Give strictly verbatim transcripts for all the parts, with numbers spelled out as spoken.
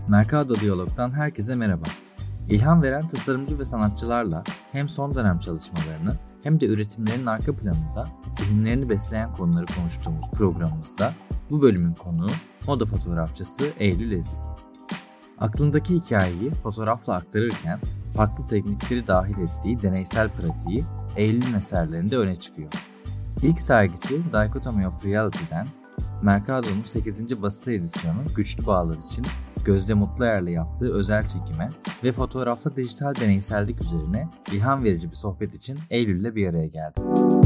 Mercado Diyalog'dan herkese merhaba. İlham veren tasarımcı ve sanatçılarla hem son dönem çalışmalarını hem de üretimlerinin arka planında zihinlerini besleyen konuları konuştuğumuz programımızda bu bölümün konuğu moda fotoğrafçısı Eylül Ezik. Aklındaki hikayeyi fotoğrafla aktarırken farklı teknikleri dahil ettiği deneysel pratiği Eylül'ün eserlerinde öne çıkıyor. İlk sergisi Dichotomy of Reality'den Mercado'nun sekizinci basılı edisyonu Güçlü Bağlar için Gözde Mutluyer'le yaptığı özel çekime ve fotoğrafla dijital deneysellik üzerine ilham verici bir sohbet için Eylül'le bir araya geldi.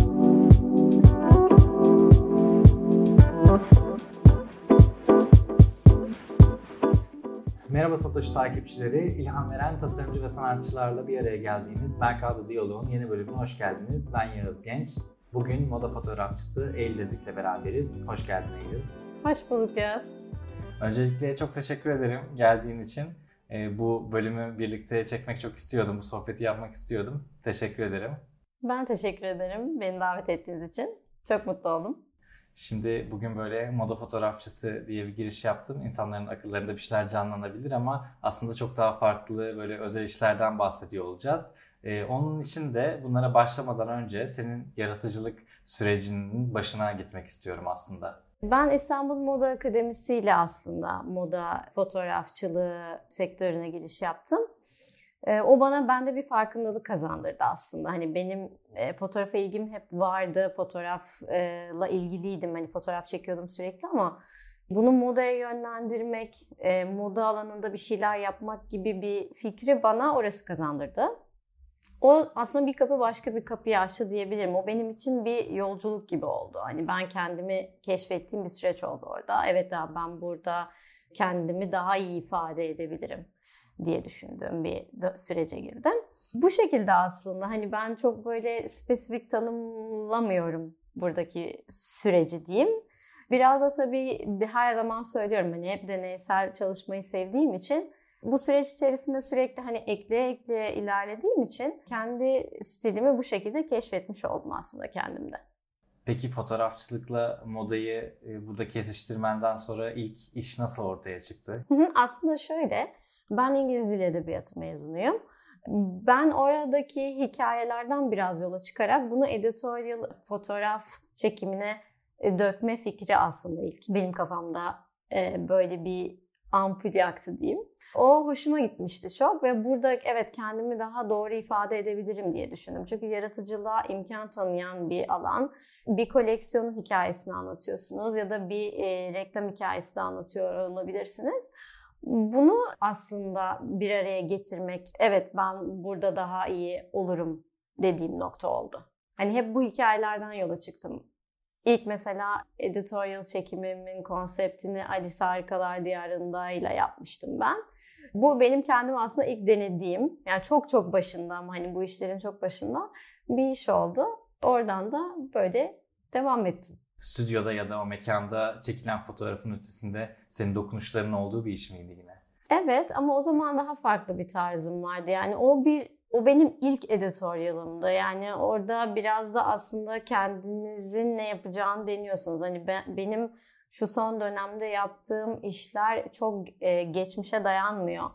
Merhaba Satoshi takipçileri, ilham veren tasarımcı ve sanatçılarla bir araya geldiğimiz Mercado Diyalog'un yeni bölümüne hoş geldiniz. Ben Yağız Genç. Bugün moda fotoğrafçısı Eylül Ezik'le beraberiz. Hoş geldin Eylül. Hoş bulduk Yağız. Öncelikle çok teşekkür ederim geldiğin için. Bu bölümü birlikte çekmek çok istiyordum, bu sohbeti yapmak istiyordum. Teşekkür ederim. Ben teşekkür ederim beni davet ettiğiniz için. Çok mutlu oldum. Şimdi bugün böyle moda fotoğrafçısı diye bir giriş yaptım. İnsanların akıllarında bir şeyler canlanabilir ama aslında çok daha farklı böyle özel işlerden bahsediyor olacağız. Ee, onun için de bunlara başlamadan önce senin yaratıcılık sürecinin başına gitmek istiyorum aslında. Ben İstanbul Moda Akademisi ile aslında moda fotoğrafçılığı sektörüne giriş yaptım. Ee, o bana bende bir farkındalık kazandırdı aslında. Hani benim e, fotoğrafa ilgim hep vardı. Fotoğrafla ilgiliydim. Hani fotoğraf çekiyordum sürekli ama bunu modaya yönlendirmek, e, moda alanında bir şeyler yapmak gibi bir fikri bana orası kazandırdı. O aslında bir kapı başka bir kapıyı açtı diyebilirim. O benim için bir yolculuk gibi oldu. Hani ben kendimi keşfettiğim bir süreç oldu orada. Evet ya ben burada kendimi daha iyi ifade edebilirim diye düşündüğüm bir sürece girdim. Bu şekilde aslında hani ben çok böyle spesifik tanımlamıyorum buradaki süreci diyeyim. Biraz da tabii her zaman söylüyorum hani hep deneysel çalışmayı sevdiğim için bu süreç içerisinde sürekli hani ekleye ekleye ilerlediğim için kendi stilimi bu şekilde keşfetmiş oldum aslında kendimde. Peki fotoğrafçılıkla modayı burada kesiştirmenden sonra ilk iş nasıl ortaya çıktı? Hı hı, aslında şöyle, ben İngiliz Dil Edebiyatı mezunuyum. Ben oradaki hikayelerden biraz yola çıkarak bunu editorial fotoğraf çekimine dökme fikri aslında ilk benim kafamda böyle bir ampul yaktı diyeyim. O hoşuma gitmişti çok ve burada evet kendimi daha doğru ifade edebilirim diye düşündüm. Çünkü yaratıcılığa imkan tanıyan bir alan. Bir koleksiyonun hikayesini anlatıyorsunuz ya da bir e, reklam hikayesi de anlatıyor olabilirsiniz. Bunu aslında bir araya getirmek, evet ben burada daha iyi olurum dediğim nokta oldu. Hani hep bu hikayelerden yola çıktım. İlk mesela editorial çekimimin konseptini Alice Harikalar Diyarında ile yapmıştım ben. Bu benim kendim aslında ilk denediğim, yani çok çok başında ama hani bu işlerin çok başında bir iş oldu. Oradan da böyle devam ettim. Stüdyoda ya da o mekanda çekilen fotoğrafın ötesinde senin dokunuşların olduğu bir iş miydi yine? Evet ama o zaman daha farklı bir tarzım vardı. Yani o bir O benim ilk editorialımdı. Yani orada biraz da aslında kendinizin ne yapacağını deniyorsunuz. Hani ben, benim şu son dönemde yaptığım işler çok e, geçmişe dayanmıyor.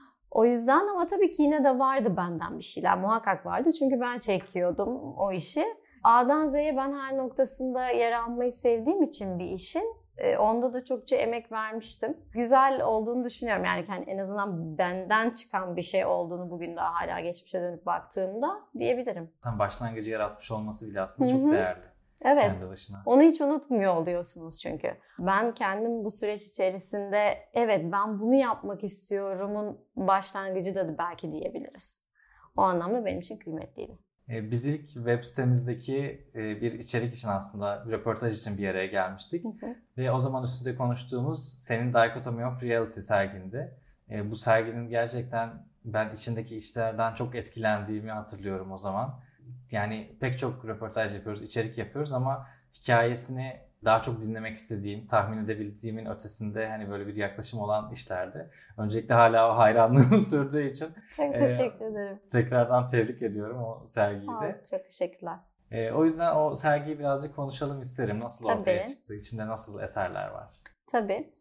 O yüzden ama tabii ki yine de vardı benden bir şeyler. Muhakkak vardı çünkü ben çekiyordum o işi. A'dan Z'ye ben her noktasında yer almayı sevdiğim için bir işin onda da çokça emek vermiştim. Güzel olduğunu düşünüyorum. Yani en azından benden çıkan bir şey olduğunu bugün daha hala geçmişe dönüp baktığımda diyebilirim. Tam başlangıcı yaratmış olması bile aslında Hı-hı. çok değerli. Evet. Onu hiç unutmuyor oluyorsunuz çünkü. Ben kendim bu süreç içerisinde evet ben bunu yapmak istiyorumun başlangıcı da belki diyebiliriz. O anlamda benim için kıymetliydi. Biz ilk web sitemizdeki bir içerik için aslında bir röportaj için bir araya gelmiştik. Hı hı. Ve o zaman üstünde konuştuğumuz senin Dichotomy of Reality sergindi. Bu serginin gerçekten ben içindeki işlerden çok etkilendiğimi hatırlıyorum o zaman. Yani pek çok röportaj yapıyoruz, içerik yapıyoruz ama hikayesini daha çok dinlemek istediğim, tahmin edebildiğimin ötesinde hani böyle bir yaklaşım olan işlerdi. Öncelikle hala o hayranlığım sürdüğü için çok teşekkür e, ederim. Tekrardan tebrik ediyorum o sergiyi Sağ ol, de. çok teşekkürler. E, o yüzden o sergiyi birazcık konuşalım isterim. Nasıl Tabii. ortaya çıktı? İçinde nasıl eserler var? Tabii.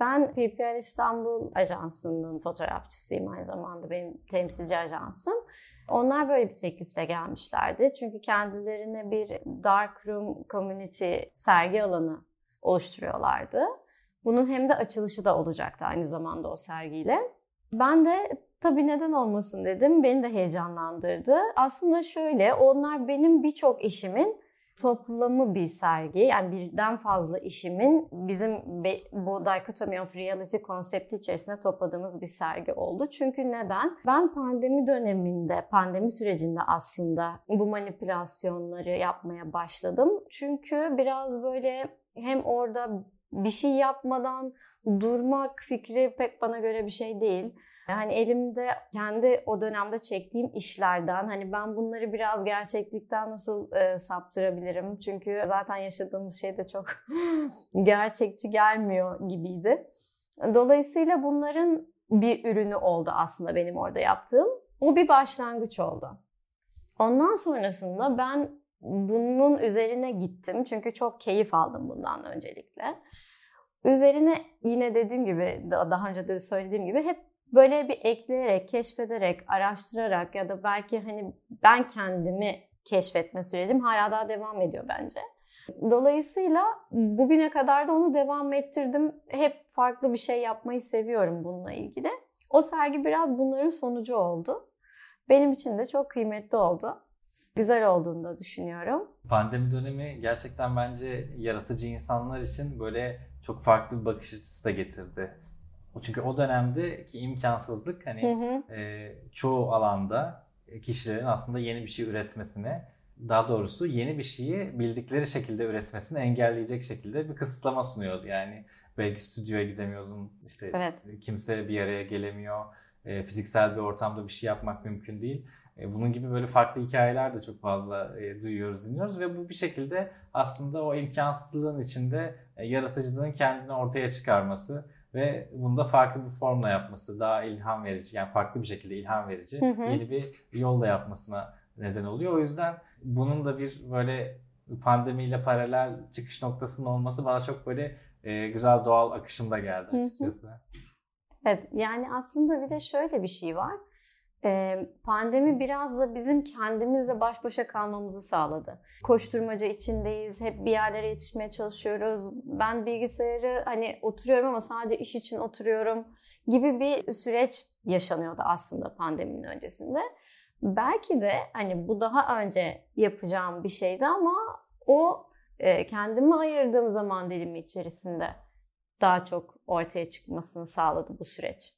Ben P P R İstanbul Ajansı'nın fotoğrafçısıyım aynı zamanda, benim temsilci ajansım. Onlar böyle bir teklifle gelmişlerdi. Çünkü kendilerine bir dark room community sergi alanı oluşturuyorlardı. Bunun hem de açılışı da olacaktı aynı zamanda o sergiyle. Ben de tabii neden olmasın dedim. Beni de heyecanlandırdı. Aslında şöyle, onlar benim birçok işimin toplamı bir sergi. Yani birden fazla işimin bizim bu Dichotomy of Reality konsepti içerisinde topladığımız bir sergi oldu. Çünkü neden? Ben pandemi döneminde, pandemi sürecinde aslında bu manipülasyonları yapmaya başladım. Çünkü biraz böyle hem orada bir şey yapmadan durmak fikri pek bana göre bir şey değil. Yani elimde kendi o dönemde çektiğim işlerden, hani ben bunları biraz gerçeklikten nasıl e, saptırabilirim? Çünkü zaten yaşadığımız şey de çok gerçekçi gelmiyor gibiydi. Dolayısıyla bunların bir ürünü oldu aslında benim orada yaptığım. O bir başlangıç oldu. Ondan sonrasında ben bunun üzerine gittim. Çünkü çok keyif aldım bundan öncelikle. Üzerine yine dediğim gibi, daha önce de söylediğim gibi hep böyle bir ekleyerek, keşfederek, araştırarak ya da belki hani ben kendimi keşfetme sürecim hala daha devam ediyor bence. Dolayısıyla bugüne kadar da onu devam ettirdim. Hep farklı bir şey yapmayı seviyorum bununla ilgili. O sergi biraz bunların sonucu oldu. Benim için de çok kıymetli oldu. Güzel olduğunu da düşünüyorum. Pandemi dönemi gerçekten bence yaratıcı insanlar için böyle çok farklı bir bakış açısı da getirdi. Çünkü o dönemdeki imkansızlık hani hı hı. E, çoğu alanda kişilerin aslında yeni bir şey üretmesini, daha doğrusu yeni bir şeyi bildikleri şekilde üretmesini engelleyecek şekilde bir kısıtlama sunuyordu. Yani belki stüdyoya gidemiyordun, işte evet. Kimse bir araya gelemiyor. E, fiziksel bir ortamda bir şey yapmak mümkün değil. E, bunun gibi böyle farklı hikayeler de çok fazla e, duyuyoruz, dinliyoruz ve bu bir şekilde aslında o imkansızlığın içinde e, yaratıcılığın kendini ortaya çıkarması ve bunu da farklı bir formla yapması, daha ilham verici, yani farklı bir şekilde ilham verici, hı hı. yeni bir yolla yapmasına neden oluyor. O yüzden bunun da bir böyle pandemiyle paralel çıkış noktasının olması bana çok böyle e, güzel doğal akışında geldi açıkçası. Hı hı. Evet, yani aslında bir de şöyle bir şey var. Ee, pandemi biraz da bizim kendimizle baş başa kalmamızı sağladı. Koşturmaca içindeyiz, hep bir yerlere yetişmeye çalışıyoruz. Ben bilgisayarı hani oturuyorum ama sadece iş için oturuyorum gibi bir süreç yaşanıyordu aslında pandeminin öncesinde. Belki de hani bu daha önce yapacağım bir şeydi ama o e, kendime ayırdığım zaman dilimi içerisinde daha çok ortaya çıkmasını sağladı bu süreç.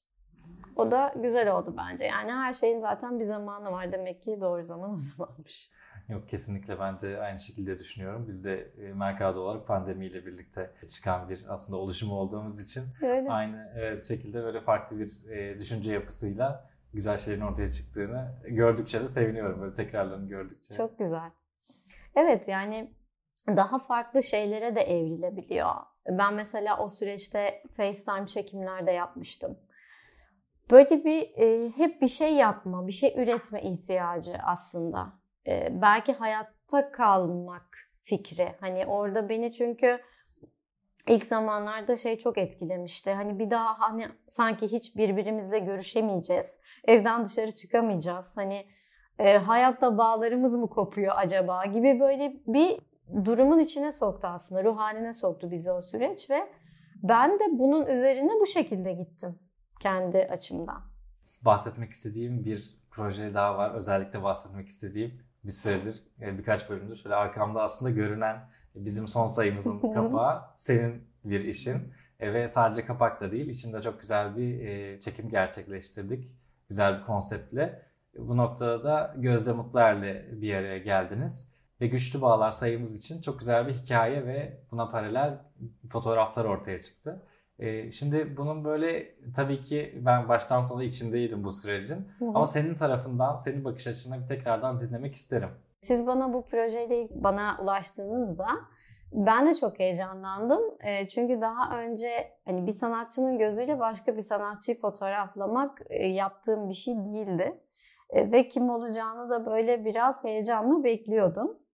O da güzel oldu bence. Yani her şeyin zaten bir zamanı var. Demek ki doğru zaman o zamanmış. Yok, kesinlikle ben de aynı şekilde düşünüyorum. Biz de Mercado olarak pandemiyle birlikte çıkan bir aslında oluşum olduğumuz için öyle. Aynı evet, şekilde böyle farklı bir e, düşünce yapısıyla güzel şeylerin ortaya çıktığını gördükçe de seviniyorum. Böyle tekrarlarını gördükçe. Çok güzel. Evet, yani daha farklı şeylere de evrilebiliyor. Ben mesela o süreçte FaceTime çekimler de yapmıştım. Böyle bir e, hep bir şey yapma, bir şey üretme ihtiyacı aslında. E, belki hayatta kalmak fikri. Hani orada beni çünkü ilk zamanlarda şey çok etkilemişti. Hani bir daha hani sanki hiç birbirimizle görüşemeyeceğiz. Evden dışarı çıkamayacağız. Hani e, hayatta bağlarımız mı kopuyor acaba gibi böyle bir durumun içine soktu aslında. Ruh haline soktu bizi o süreç ve ben de bunun üzerine bu şekilde gittim. Kendi açımdan. Bahsetmek istediğim bir proje daha var. Özellikle bahsetmek istediğim bir süredir, birkaç bölümdür. Şöyle arkamda aslında görünen bizim son sayımızın kapağı senin bir işin. Ve sadece kapak da değil, içinde çok güzel bir çekim gerçekleştirdik. Güzel bir konseptle. Bu noktada da Gözde Mutluer'le bir araya geldiniz. Ve Güçlü Bağlar sayımız için çok güzel bir hikaye ve buna paralel fotoğraflar ortaya çıktı. Şimdi bunun böyle tabii ki ben baştan sona içindeydim bu sürecin. Hı hı. Ama senin tarafından, senin bakış açını bir tekrardan dinlemek isterim. Siz bana bu projeyle bana ulaştığınızda ben de çok heyecanlandım. Çünkü daha önce hani bir sanatçının gözüyle başka bir sanatçıyı fotoğraflamak yaptığım bir şey değildi. Ve kim olacağını da böyle biraz heyecanla bekliyordum.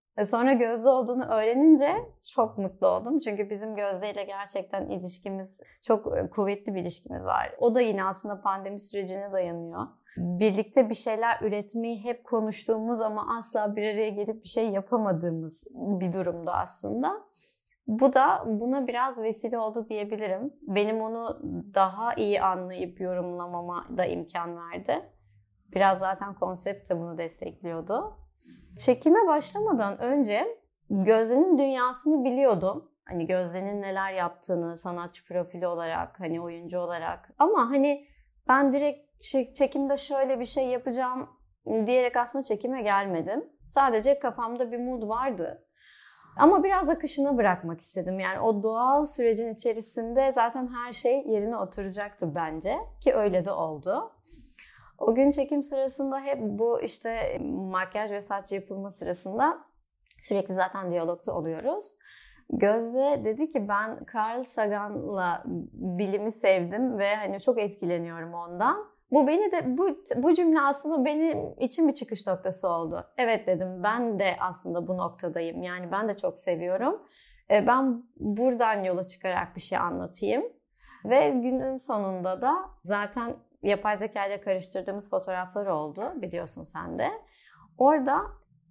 Sonra Gözde olduğunu öğrenince çok mutlu oldum. Çünkü bizim Gözde ile gerçekten ilişkimiz, çok kuvvetli bir ilişkimiz var. O da yine aslında pandemi sürecine dayanıyor. Birlikte bir şeyler üretmeyi hep konuştuğumuz ama asla bir araya gelip bir şey yapamadığımız bir durumda aslında. Bu da buna biraz vesile oldu diyebilirim. Benim onu daha iyi anlayıp yorumlamama da imkan verdi. Biraz zaten konsept de bunu destekliyordu. Çekime başlamadan önce Gözde'nin dünyasını biliyordum. Hani Gözde'nin neler yaptığını sanatçı profili olarak, hani oyuncu olarak. Ama hani ben direkt çekimde şöyle bir şey yapacağım diyerek aslında çekime gelmedim. Sadece kafamda bir mood vardı. Ama biraz akışına bırakmak istedim. Yani o doğal sürecin içerisinde zaten her şey yerine oturacaktı bence. Ki öyle de oldu. O gün çekim sırasında hep bu işte makyaj ve saç yapılma sırasında sürekli zaten diyalogta oluyoruz. Gözde dedi ki ben Carl Sagan'la bilimi sevdim ve hani çok etkileniyorum ondan. Bu beni de bu bu cümle aslında benim için bir çıkış noktası oldu. Evet dedim, ben de aslında bu noktadayım. Yani ben de çok seviyorum. Ben buradan yola çıkarak bir şey anlatayım. Ve günün sonunda da zaten yapay zeka ile karıştırdığımız fotoğraflar oldu, biliyorsun sen de. Orada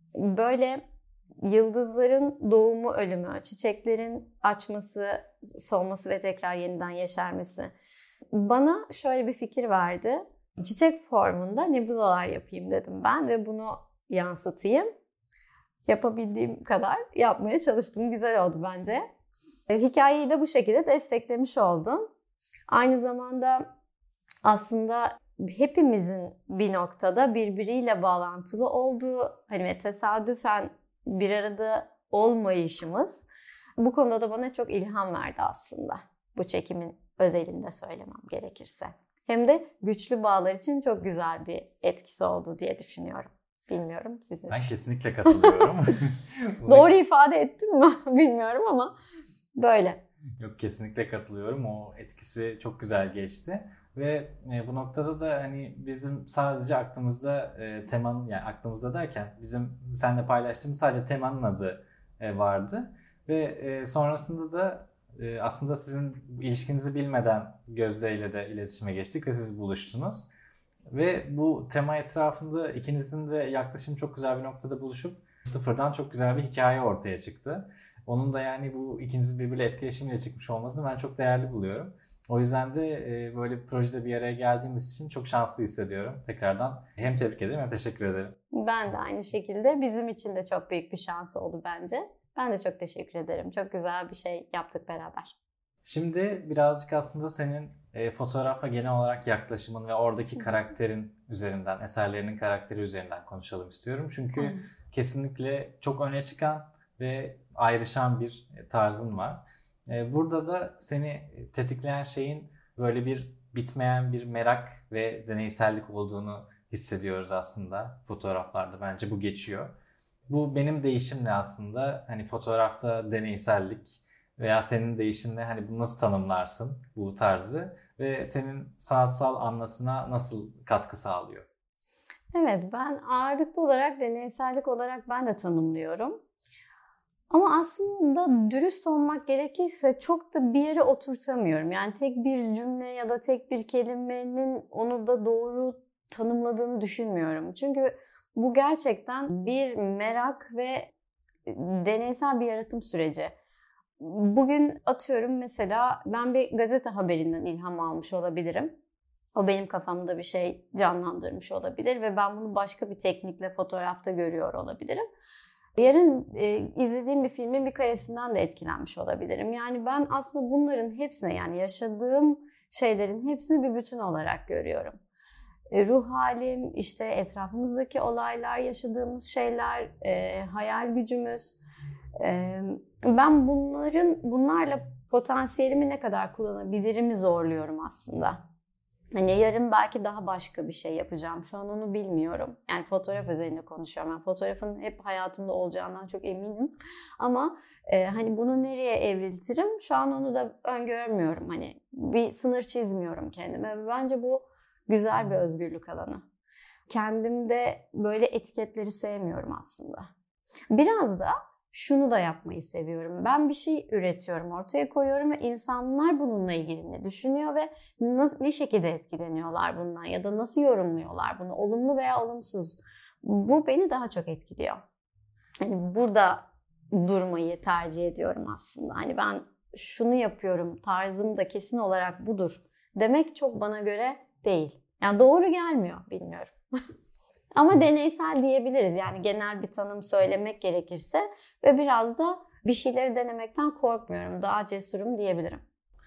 böyle yıldızların doğumu, ölümü, çiçeklerin açması, solması ve tekrar yeniden yeşermesi bana şöyle bir fikir verdi. Çiçek formunda nebulalar yapayım dedim ben ve bunu yansıtayım. Yapabildiğim kadar yapmaya çalıştım. Güzel oldu bence. Hikayeyi de bu şekilde desteklemiş oldum. Aynı zamanda aslında hepimizin bir noktada birbiriyle bağlantılı olduğu, hani tesadüfen bir arada olmayışımız bu konuda da bana çok ilham verdi aslında. Bu çekimin özelinde söylemem gerekirse. Hem de güçlü bağlar için çok güzel bir etkisi oldu diye düşünüyorum. Bilmiyorum siz ne Ben kesinlikle katılıyorum. Doğru ifade ettim mi bilmiyorum ama böyle. Yok, kesinlikle katılıyorum. O etkisi çok güzel geçti. Ve e, bu noktada da hani bizim sadece aklımızda e, temanın, yani aklımızda derken bizim seninle paylaştığımız sadece temanın adı e, vardı. Ve e, sonrasında da e, aslında sizin ilişkinizi bilmeden Gözde ile de iletişime geçtik ve siz buluştunuz. Ve bu tema etrafında ikinizin de yaklaşım çok güzel bir noktada buluşup sıfırdan çok güzel bir hikaye ortaya çıktı. Onun da yani bu ikinizin birbiriyle etkileşimiyle çıkmış olmasını ben çok değerli buluyorum. O yüzden de e, böyle bir projede bir araya geldiğimiz için çok şanslı hissediyorum. Tekrardan hem tebrik ederim hem teşekkür ederim. Ben de aynı şekilde. Bizim için de çok büyük bir şans oldu bence. Ben de çok teşekkür ederim. Çok güzel bir şey yaptık beraber. Şimdi birazcık aslında senin e, fotoğrafa genel olarak yaklaşımın ve oradaki karakterin üzerinden, eserlerinin karakteri üzerinden konuşalım istiyorum. Çünkü hmm. kesinlikle çok öne çıkan ve ayrışan bir tarzın var. Burada da seni tetikleyen şeyin böyle bir bitmeyen bir merak ve deneysellik olduğunu hissediyoruz aslında fotoğraflarda. Bence bu geçiyor. Bu benim değişimle aslında hani fotoğrafta deneysellik veya senin değişimle hani bunu nasıl tanımlarsın bu tarzı ve senin sanatsal anlatına nasıl katkı sağlıyor? Evet, ben ağırlıklı olarak deneysellik olarak ben de tanımlıyorum. Ama aslında dürüst olmak gerekirse çok da bir yere oturtamıyorum. Yani tek bir cümle ya da tek bir kelimenin onu da doğru tanımladığını düşünmüyorum. Çünkü bu gerçekten bir merak ve deneysel bir yaratım süreci. Bugün atıyorum mesela ben bir gazete haberinden ilham almış olabilirim. O benim kafamda bir şey canlandırmış olabilir ve ben bunu başka bir teknikle fotoğrafta görüyor olabilirim. Yarın e, izlediğim bir filmin bir karesinden de etkilenmiş olabilirim. Yani ben aslında bunların hepsine, yani yaşadığım şeylerin hepsini bir bütün olarak görüyorum. E, ruh halim, işte etrafımızdaki olaylar, yaşadığımız şeyler, e, hayal gücümüz. E, ben bunların bunlarla potansiyelimi ne kadar kullanabilirimi zorluyorum aslında. Hani yarın belki daha başka bir şey yapacağım. Şu an onu bilmiyorum. Yani fotoğraf üzerinde konuşuyorum. Yani fotoğrafın hep hayatımda olacağından çok eminim. Ama e, hani bunu nereye evriltirim? Şu an onu da öngörmüyorum. Hani bir sınır çizmiyorum kendime. Bence bu güzel bir özgürlük alanı. Kendimde böyle etiketleri sevmiyorum aslında. Biraz da şunu da yapmayı seviyorum. Ben bir şey üretiyorum, ortaya koyuyorum ve insanlar bununla ilgili ne düşünüyor ve nasıl, ne şekilde etkileniyorlar bundan ya da nasıl yorumluyorlar bunu, olumlu veya olumsuz. Bu beni daha çok etkiliyor. Yani burada durmayı tercih ediyorum aslında. Hani ben şunu yapıyorum, tarzım da kesin olarak budur demek çok bana göre değil. Yani doğru gelmiyor, bilmiyorum. Ama deneysel diyebiliriz. Yani genel bir tanım söylemek gerekirse ve biraz da bir şeyleri denemekten korkmuyorum. Daha cesurum diyebilirim.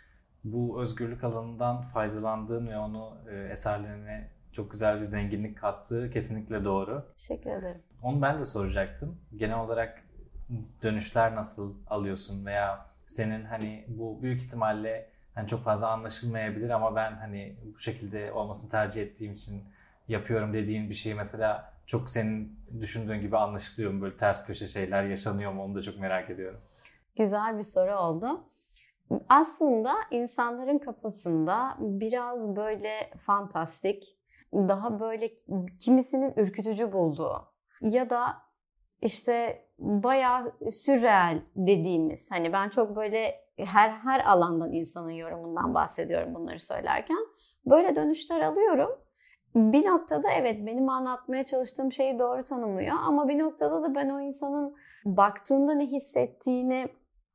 Bu özgürlük alanından faydalandığın ve onu e, eserlerine çok güzel bir zenginlik kattığı kesinlikle doğru. Teşekkür ederim. Onu ben de soracaktım. Genel olarak dönüşler nasıl alıyorsun veya senin hani bu büyük ihtimalle hani çok fazla anlaşılmayabilir ama ben hani bu şekilde olmasını tercih ettiğim için yapıyorum dediğin bir şey mesela çok senin düşündüğün gibi anlaşılıyor mu? Böyle ters köşe şeyler yaşanıyor mu? Onu da çok merak ediyorum. Güzel bir soru oldu. Aslında insanların kafasında biraz böyle fantastik, daha böyle kimisinin ürkütücü bulduğu ya da işte bayağı sürreal dediğimiz, hani ben çok böyle her her alandan insanın yorumundan bahsediyorum bunları söylerken, böyle dönüşler alıyorum. Bir noktada evet benim anlatmaya çalıştığım şeyi doğru tanımlıyor ama bir noktada da ben o insanın baktığında ne hissettiğini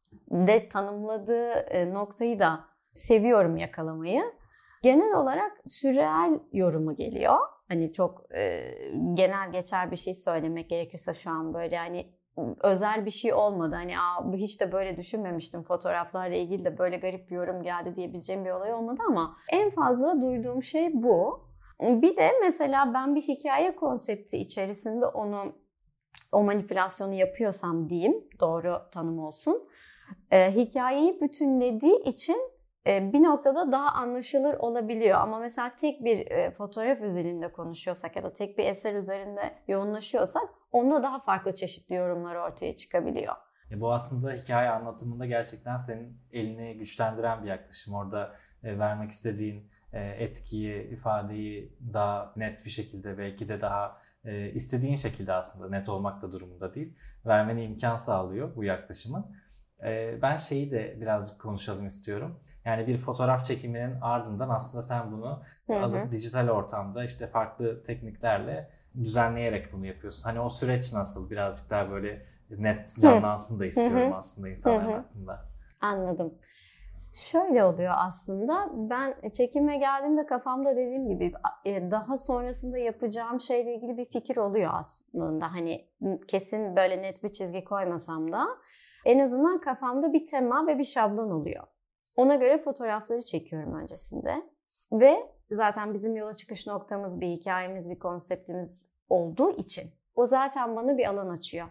de tanımladığı noktayı da seviyorum yakalamayı. Genel olarak sürreal yorumu geliyor. Hani çok e, genel geçer bir şey söylemek gerekirse şu an böyle hani özel bir şey olmadı. Hani Aa, hiç de böyle düşünmemiştim, fotoğraflarla ilgili de böyle garip bir yorum geldi diyebileceğim bir olay olmadı ama en fazla duyduğum şey bu. Bir de mesela ben bir hikaye konsepti içerisinde onu o manipülasyonu yapıyorsam diyeyim, doğru tanım olsun. E, hikayeyi bütünlediği için e, bir noktada daha anlaşılır olabiliyor. Ama mesela tek bir e, fotoğraf üzerinde konuşuyorsak ya da tek bir eser üzerinde yoğunlaşıyorsak onda daha farklı çeşitli yorumlar ortaya çıkabiliyor. E, bu aslında hikaye anlatımında gerçekten senin elini güçlendiren bir yaklaşım. Orada e, vermek istediğin e, etkiyi, ifadeyi daha net bir şekilde, belki de daha e, istediğin şekilde, aslında net olmak da durumunda değil, vermene imkan sağlıyor bu yaklaşımın. E, ben şeyi de birazcık konuşalım istiyorum. Yani bir fotoğraf çekiminin ardından aslında sen bunu hı hı. alıp dijital ortamda işte farklı tekniklerle düzenleyerek bunu yapıyorsun. Hani o süreç nasıl? Birazcık daha böyle net canlansın da istiyorum hı hı. aslında insanların hı hı. aklında. Anladım. Şöyle oluyor aslında, ben çekime geldiğimde kafamda dediğim gibi daha sonrasında yapacağım şeyle ilgili bir fikir oluyor aslında. Hani kesin böyle net bir çizgi koymasam da en azından kafamda bir tema ve bir şablon oluyor. Ona göre fotoğrafları çekiyorum öncesinde ve zaten bizim yola çıkış noktamız bir hikayemiz, bir konseptimiz olduğu için o zaten bana bir alan açıyor.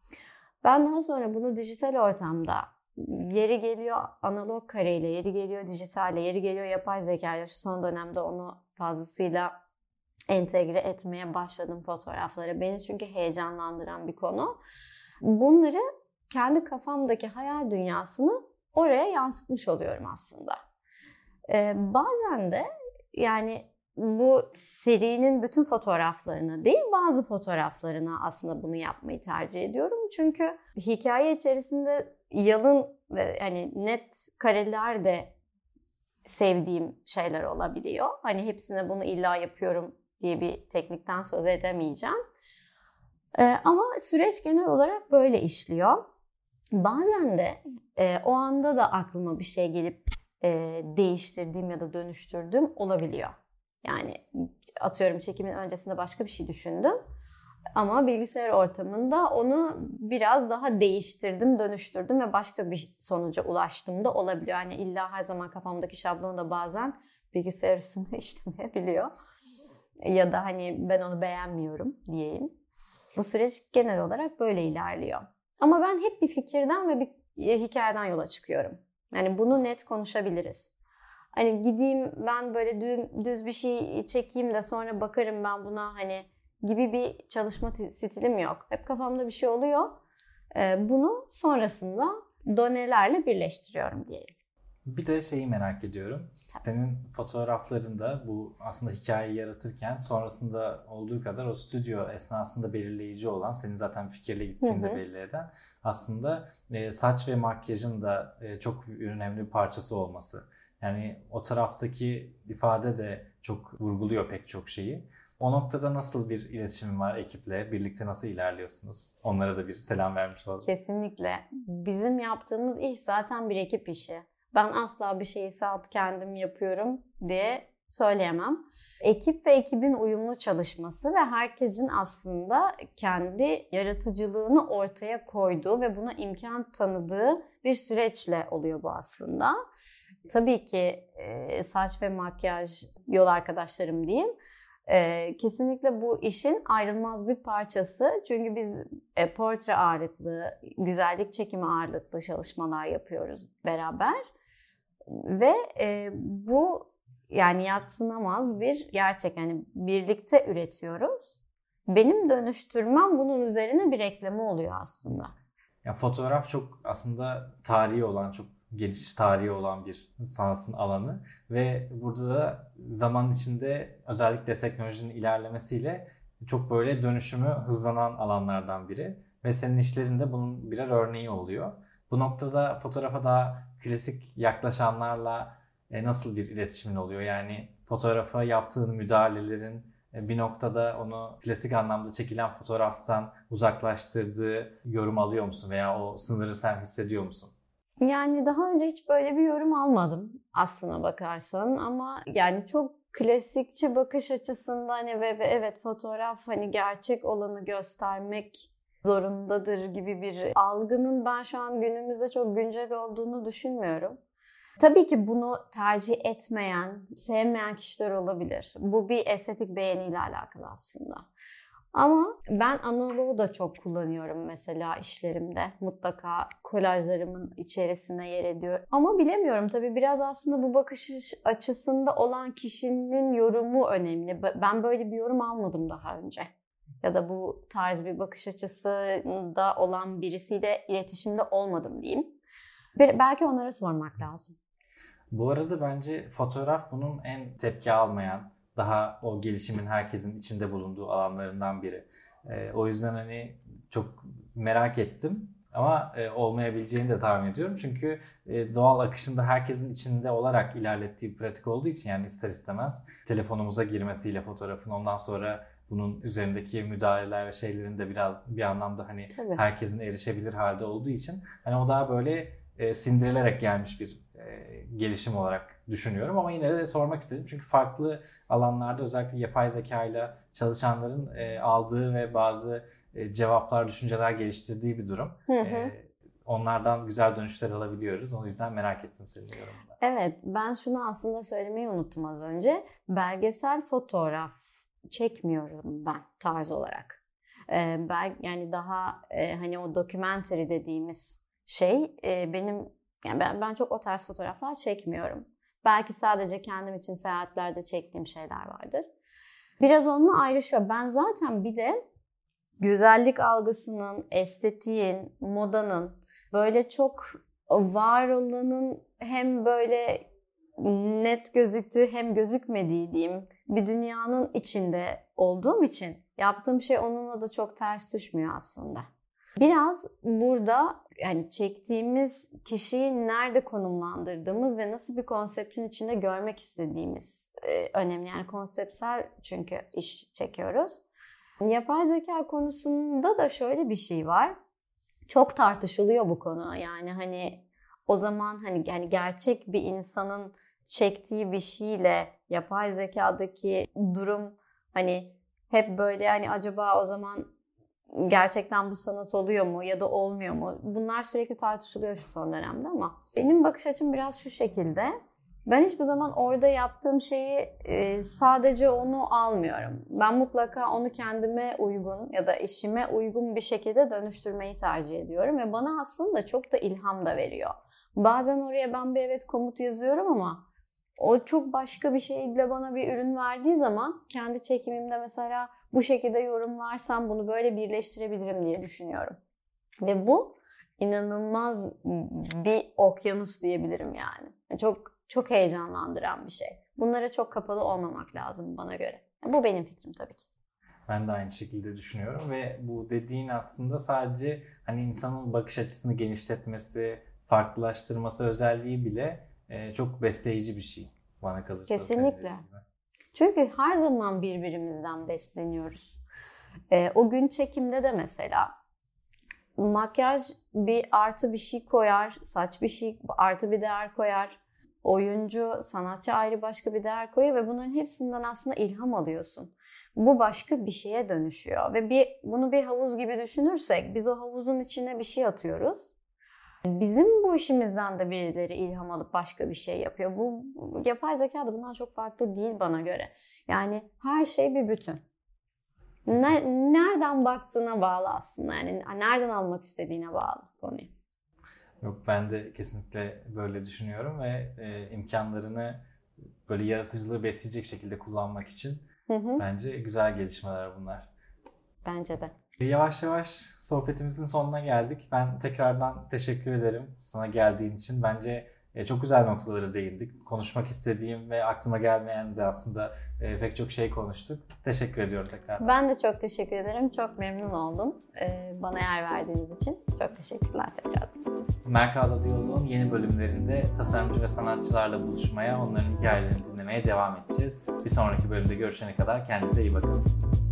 Ben daha sonra bunu dijital ortamda yeri geliyor analog kareyle, yeri geliyor dijitalle, yeri geliyor yapay zekayla. Şu son dönemde onu fazlasıyla entegre etmeye başladım fotoğraflara. Beni çünkü heyecanlandıran bir konu. Bunları kendi kafamdaki hayal dünyasını oraya yansıtmış oluyorum aslında. Ee, bazen de yani bu serinin bütün fotoğraflarını değil, bazı fotoğraflarına aslında bunu yapmayı tercih ediyorum. Çünkü hikaye içerisinde yalın ve hani net kareler de sevdiğim şeyler olabiliyor. Hani hepsine bunu illa yapıyorum diye bir teknikten söz edemeyeceğim. Ee, ama süreç genel olarak böyle işliyor. Bazen de e, o anda da aklıma bir şey gelip e, değiştirdiğim ya da dönüştürdüğüm olabiliyor. Yani atıyorum çekimin öncesinde başka bir şey düşündüm. Ama bilgisayar ortamında onu biraz daha değiştirdim, dönüştürdüm ve başka bir sonuca ulaştım da olabiliyor. Yani illa her zaman kafamdaki şablon da bazen bilgisayar üstünde işlemeyebiliyor. Ya da hani ben onu beğenmiyorum diyeyim. Bu süreç genel olarak böyle ilerliyor. Ama ben hep bir fikirden ve bir hikayeden yola çıkıyorum. Yani bunu net konuşabiliriz. Hani gideyim ben böyle düz bir şey çekeyim de sonra bakarım ben buna hani gibi bir çalışma stilim yok. Hep kafamda bir şey oluyor. Bunu sonrasında donelerle birleştiriyorum diyelim. Bir de şeyi merak ediyorum. Tabii. Senin fotoğraflarında bu aslında hikayeyi yaratırken sonrasında olduğu kadar o stüdyo esnasında belirleyici olan, senin zaten fikirle gittiğini de belli eden aslında e, saç ve makyajın da e, çok önemli bir parçası olması. Yani o taraftaki ifade de çok vurguluyor pek çok şeyi. O noktada nasıl bir iletişimin var ekiple? Birlikte nasıl ilerliyorsunuz? Onlara da bir selam vermiş olalım. Kesinlikle. Bizim yaptığımız iş zaten bir ekip işi. Ben asla bir şeyi salt kendim yapıyorum diye söyleyemem. Ekip ve ekibin uyumlu çalışması ve herkesin aslında kendi yaratıcılığını ortaya koyduğu ve buna imkan tanıdığı bir süreçle oluyor bu aslında. Tabii ki e, saç ve makyaj yol arkadaşlarım diyeyim. E, kesinlikle bu işin ayrılmaz bir parçası. Çünkü biz e, portre ağırlıklı, güzellik çekimi ağırlıklı çalışmalar yapıyoruz beraber. Ve e, bu yani yadsınamaz bir gerçek. Yani birlikte üretiyoruz. Benim dönüştürmem bunun üzerine bir ekleme oluyor aslında. Ya fotoğraf çok aslında tarihi olan, çok geniş tarihi olan bir sanatın alanı ve burada da zaman içinde özellikle teknolojinin ilerlemesiyle çok böyle dönüşümü hızlanan alanlardan biri ve senin işlerinde bunun birer örneği oluyor. Bu noktada fotoğrafa daha klasik yaklaşanlarla nasıl bir iletişimin oluyor? Yani fotoğrafa yaptığın müdahalelerin bir noktada onu klasik anlamda çekilen fotoğraftan uzaklaştırdığı yorum alıyor musun veya o sınırı sen hissediyor musun? Yani daha önce hiç böyle bir yorum almadım aslına bakarsan ama yani çok klasikçi bakış açısından hani ve, ve evet fotoğraf hani gerçek olanı göstermek zorundadır gibi bir algının ben şu an günümüzde çok güncel olduğunu düşünmüyorum. Tabii ki bunu tercih etmeyen, sevmeyen kişiler olabilir. Bu bir estetik beğeniyle alakalı aslında. Ama ben analogu da çok kullanıyorum mesela işlerimde. Mutlaka kolajlarımın içerisine yer ediyor. Ama bilemiyorum tabii biraz aslında bu bakış açısında olan kişinin yorumu önemli. Ben böyle bir yorum almadım daha önce. Ya da bu tarz bir bakış açısında olan birisiyle iletişimde olmadım diyeyim. Bir, belki onlara sormak lazım. Bu arada bence fotoğraf bunun en tepki almayan, daha o gelişimin herkesin içinde bulunduğu alanlarından biri. E, o yüzden hani çok merak ettim ama e, olmayabileceğini de tahmin ediyorum. Çünkü e, doğal akışında herkesin içinde olarak ilerlettiği bir pratik olduğu için yani ister istemez telefonumuza girmesiyle fotoğrafın ondan sonra bunun üzerindeki müdahaleler ve şeylerin de biraz bir anlamda hani Tabii. herkesin erişebilir halde olduğu için hani o daha böyle e, sindirilerek gelmiş bir e, gelişim olarak düşünüyorum ama yine de sormak istedim çünkü farklı alanlarda özellikle yapay zeka ile çalışanların e, aldığı ve bazı e, cevaplar, düşünceler geliştirdiği bir durum. Hı hı. E, onlardan güzel dönüşler alabiliyoruz. O yüzden merak ettim senin yorumunu. Evet, ben şunu aslında söylemeyi unuttum az önce. Belgesel fotoğraf çekmiyorum ben tarz olarak. E, ben yani daha e, hani o documentary dediğimiz şey e, benim yani ben ben çok o tarz fotoğraflar çekmiyorum. Belki sadece kendim için seyahatlerde çektiğim şeyler vardır. Biraz onunla ayrışıyor. Ben zaten bir de güzellik algısının, estetiğin, modanın böyle çok var olanın hem böyle net gözüktüğü hem gözükmediği diyeyim bir dünyanın içinde olduğum için yaptığım şey onunla da çok ters düşmüyor aslında. Biraz burada yani çektiğimiz kişiyi nerede konumlandırdığımız ve nasıl bir konseptin içinde görmek istediğimiz e, önemli. Yani konseptsel çünkü iş çekiyoruz. Yapay zeka konusunda da şöyle bir şey var. Çok tartışılıyor bu konu. Yani hani o zaman hani yani gerçek bir insanın çektiği bir şeyle yapay zekadaki durum hani hep böyle hani acaba o zaman gerçekten bu sanat oluyor mu ya da olmuyor mu? Bunlar sürekli tartışılıyor şu son dönemde ama benim bakış açım biraz şu şekilde. Ben hiçbir zaman orada yaptığım şeyi sadece onu almıyorum. Ben mutlaka onu kendime uygun ya da işime uygun bir şekilde dönüştürmeyi tercih ediyorum ve bana aslında çok da ilham da veriyor. Bazen oraya ben bir evet komut yazıyorum ama o çok başka bir şeyle bana bir ürün verdiği zaman kendi çekimimde mesela bu şekilde yorumlarsam bunu böyle birleştirebilirim diye düşünüyorum. Ve bu inanılmaz bir okyanus diyebilirim yani. Çok çok heyecanlandıran bir şey. Bunlara çok kapalı olmamak lazım bana göre. Bu benim fikrim tabii ki. Ben de aynı şekilde düşünüyorum ve bu dediğin aslında sadece hani insanın bakış açısını genişletmesi, farklılaştırması özelliği bile e, çok besleyici bir şey bana kalırsa. Kesinlikle. Çünkü her zaman birbirimizden besleniyoruz. E, o gün çekimde de mesela makyaj bir artı bir şey koyar, saç bir şey artı bir değer koyar, oyuncu, sanatçı ayrı başka bir değer koyuyor ve bunların hepsinden aslında ilham alıyorsun. Bu başka bir şeye dönüşüyor ve bir bunu bir havuz gibi düşünürsek biz o havuzun içine bir şey atıyoruz. Bizim bu işimizden de birileri ilham alıp başka bir şey yapıyor. Bu yapay zeka da bundan çok farklı değil bana göre. Yani her şey bir bütün. Nereden baktığına bağlı aslında. Yani nereden almak istediğine bağlı konuyu. Yok, ben de kesinlikle böyle düşünüyorum ve e, imkanlarını böyle yaratıcılığı besleyecek şekilde kullanmak için hı hı. bence güzel gelişmeler bunlar. Bence de. Yavaş yavaş sohbetimizin sonuna geldik. Ben tekrardan teşekkür ederim sana geldiğin için. Bence çok güzel noktalara değindik. Konuşmak istediğim ve aklıma gelmeyen de aslında pek çok şey konuştuk. Teşekkür ediyorum tekrar. Ben de çok teşekkür ederim. Çok memnun oldum. Bana yer verdiğiniz için. Çok teşekkürler tekrar. Mercado Diyaloğu'nun yeni bölümlerinde tasarımcı ve sanatçılarla buluşmaya, onların hikayelerini dinlemeye devam edeceğiz. Bir sonraki bölümde görüşene kadar kendinize iyi bakın.